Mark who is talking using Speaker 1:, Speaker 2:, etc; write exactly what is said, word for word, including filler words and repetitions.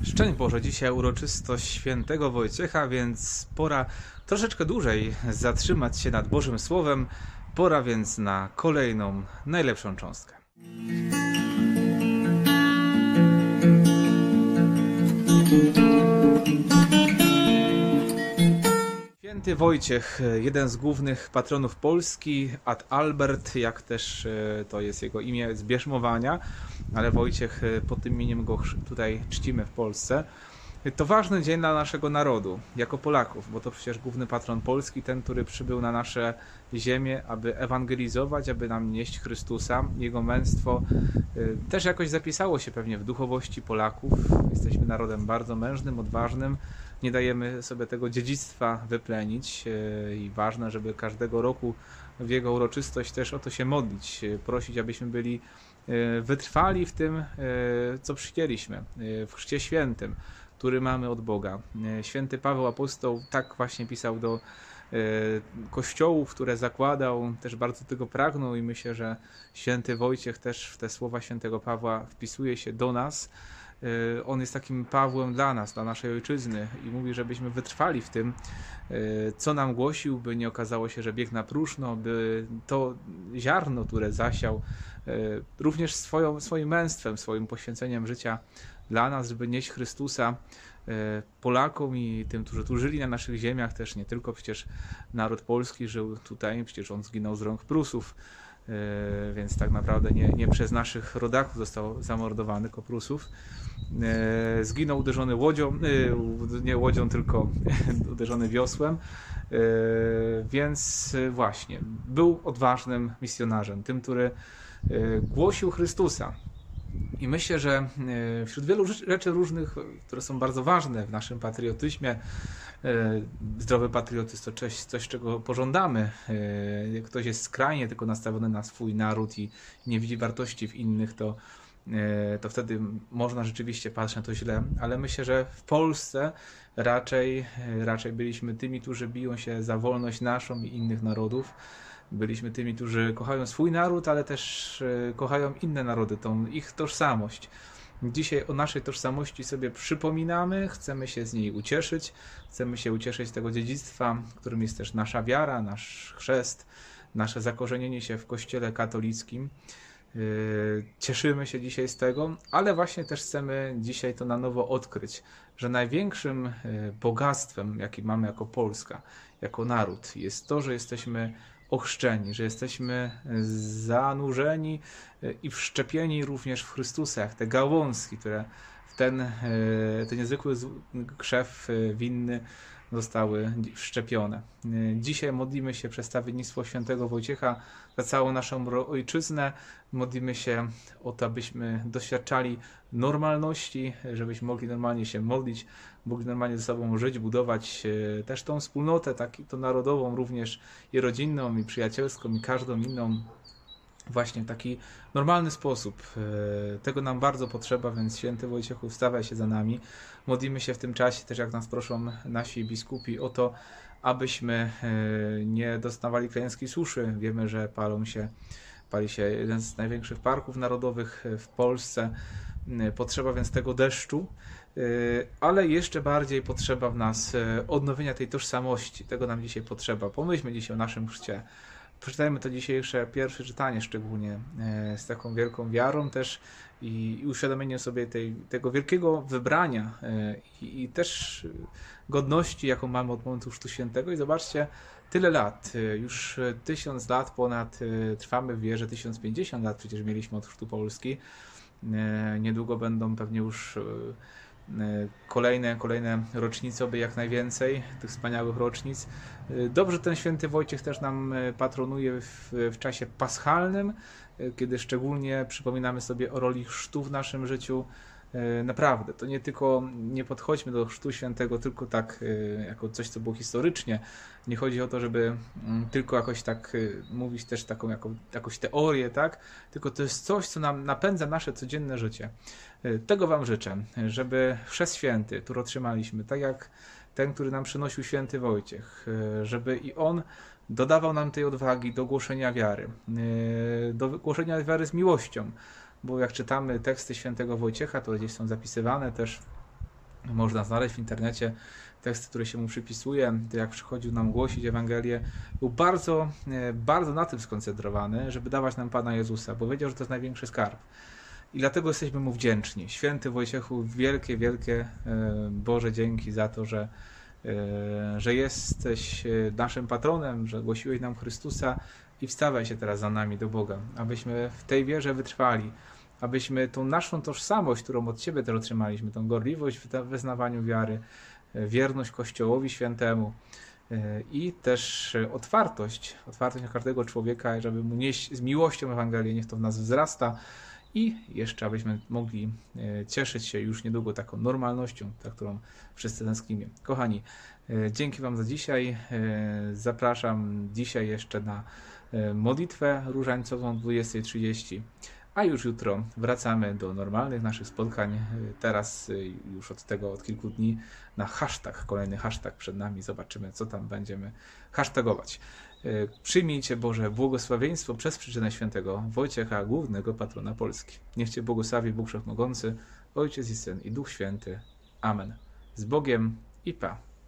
Speaker 1: Szczęść Boże, dzisiaj uroczystość świętego Wojciecha, więc pora troszeczkę dłużej zatrzymać się nad Bożym Słowem. Pora więc na kolejną, najlepszą cząstkę. Święty Wojciech, jeden z głównych patronów Polski, ad Albert, jak też to jest jego imię z bierzmowania, ale Wojciech, pod tym imieniem go tutaj czcimy w Polsce. To ważny dzień dla naszego narodu, jako Polaków, bo to przecież główny patron Polski, ten, który przybył na nasze ziemię, aby ewangelizować, aby nam nieść Chrystusa. Jego męstwo też jakoś zapisało się pewnie w duchowości Polaków. Jesteśmy narodem bardzo mężnym, odważnym. Nie dajemy sobie tego dziedzictwa wyplenić i ważne, żeby każdego roku w jego uroczystość też o to się modlić, prosić, abyśmy byli wytrwali w tym, co przyjęliśmy, w Chrzcie Świętym, który mamy od Boga. Święty Paweł Apostoł tak właśnie pisał do kościołów, które zakładał, też bardzo tego pragnął i myślę, że święty Wojciech też w te słowa świętego Pawła wpisuje się do nas. On jest takim Pawłem dla nas, dla naszej ojczyzny i mówi, żebyśmy wytrwali w tym, co nam głosił, by nie okazało się, że bieg na próżno, by to ziarno, które zasiał, również swoją, swoim męstwem, swoim poświęceniem życia dla nas, żeby nieść Chrystusa Polakom i tym, którzy tu żyli na naszych ziemiach, też nie tylko przecież naród polski żył tutaj, przecież on zginął z rąk Prusów, więc tak naprawdę nie, nie przez naszych rodaków został zamordowany, tylko Prusów. Zginął uderzony łodzią, nie łodzią, tylko uderzony wiosłem, więc właśnie był odważnym misjonarzem, tym, który głosił Chrystusa. I myślę, że wśród wielu rzeczy różnych, które są bardzo ważne w naszym patriotyzmie, zdrowy patriotyzm to coś, coś, czego pożądamy. Jak ktoś jest skrajnie tylko nastawiony na swój naród i nie widzi wartości w innych, to, to wtedy można rzeczywiście patrzeć na to źle. Ale myślę, że w Polsce raczej, raczej byliśmy tymi, którzy biją się za wolność naszą i innych narodów. Byliśmy tymi, którzy kochają swój naród, ale też kochają inne narody, tą ich tożsamość. Dzisiaj o naszej tożsamości sobie przypominamy, chcemy się z niej ucieszyć, chcemy się ucieszyć z tego dziedzictwa, którym jest też nasza wiara, nasz chrzest, nasze zakorzenienie się w Kościele katolickim. Cieszymy się dzisiaj z tego, ale właśnie też chcemy dzisiaj to na nowo odkryć, że największym bogactwem, jaki mamy jako Polska, jako naród, jest to, że jesteśmy ochrzczeni, że jesteśmy zanurzeni i wszczepieni również w Chrystusa, jak te gałązki, które w ten, ten niezwykły krzew winny zostały wszczepione. Dzisiaj modlimy się przez stawiennictwo świętego Wojciecha za całą naszą ojczyznę. Modlimy się o to, abyśmy doświadczali normalności, żebyśmy mogli normalnie się modlić, mogli normalnie ze sobą żyć, budować też tą wspólnotę, tak, to narodową również i rodzinną, i przyjacielską, i każdą inną. Właśnie w taki normalny sposób. Tego nam bardzo potrzeba, więc święty Wojciechu, wstawaj się za nami. Modlimy się w tym czasie też, jak nas proszą nasi biskupi, o to, abyśmy nie dostawali klęski suszy. Wiemy, że palą się, pali się jeden z największych parków narodowych w Polsce. Potrzeba więc tego deszczu, ale jeszcze bardziej potrzeba w nas odnowienia tej tożsamości. Tego nam dzisiaj potrzeba. Pomyślmy dzisiaj o naszym chrzcie. Przeczytajmy to dzisiejsze pierwsze czytanie szczególnie z taką wielką wiarą też i, i uświadomieniem sobie tej, tego wielkiego wybrania i, i też godności, jaką mamy od momentu Chrztu Świętego. I zobaczcie, tyle lat, już tysiąc lat ponad trwamy w wierze, tysiąc pięćdziesiąt lat przecież mieliśmy od Chrztu Polski. Niedługo będą pewnie już kolejne, kolejne rocznice, oby jak najwięcej tych wspaniałych rocznic. Dobrze ten święty Wojciech też nam patronuje w, w czasie paschalnym, kiedy szczególnie przypominamy sobie o roli chrztu w naszym życiu. Naprawdę, to nie tylko, nie podchodźmy do Chrztu Świętego tylko tak jako coś, co było historycznie. Nie chodzi o to, żeby tylko jakoś tak mówić też taką jako, jakąś teorię, tak? Tylko to jest coś, co nam napędza nasze codzienne życie. Tego Wam życzę, żeby Chrzest Święty, który otrzymaliśmy, tak jak ten, który nam przynosił święty Wojciech, żeby i on dodawał nam tej odwagi do głoszenia wiary, do głoszenia wiary z miłością, bo jak czytamy teksty świętego Wojciecha, to gdzieś są zapisywane też można znaleźć w internecie teksty, które się mu przypisuje, to jak przychodził nam głosić Ewangelię, był bardzo, bardzo na tym skoncentrowany, żeby dawać nam Pana Jezusa, bo wiedział, że to jest największy skarb. I dlatego jesteśmy mu wdzięczni. Święty Wojciechu, wielkie, wielkie Boże dzięki za to, że, że jesteś naszym patronem, że głosiłeś nam Chrystusa i wstawaj się teraz za nami do Boga, abyśmy w tej wierze wytrwali, abyśmy tą naszą tożsamość, którą od Ciebie też otrzymaliśmy, tą gorliwość w wyznawaniu wiary, wierność Kościołowi Świętemu i też otwartość, otwartość na każdego człowieka, żeby mu nieść z miłością Ewangelię, niech to w nas wzrasta i jeszcze abyśmy mogli cieszyć się już niedługo taką normalnością, za którą wszyscy tęsknimy. Kochani, dzięki Wam za dzisiaj. Zapraszam dzisiaj jeszcze na modlitwę różańcową o dwudziestej trzydzieści. A już jutro wracamy do normalnych naszych spotkań. Teraz już od tego, od kilku dni na hashtag, kolejny hashtag przed nami. Zobaczymy, co tam będziemy hashtagować. Przyjmijcie Boże błogosławieństwo przez przyczynę świętego Wojciecha, głównego patrona Polski. Niech Cię błogosławi Bóg Wszechmogący, Ojciec i Syn i Duch Święty. Amen. Z Bogiem i Pa.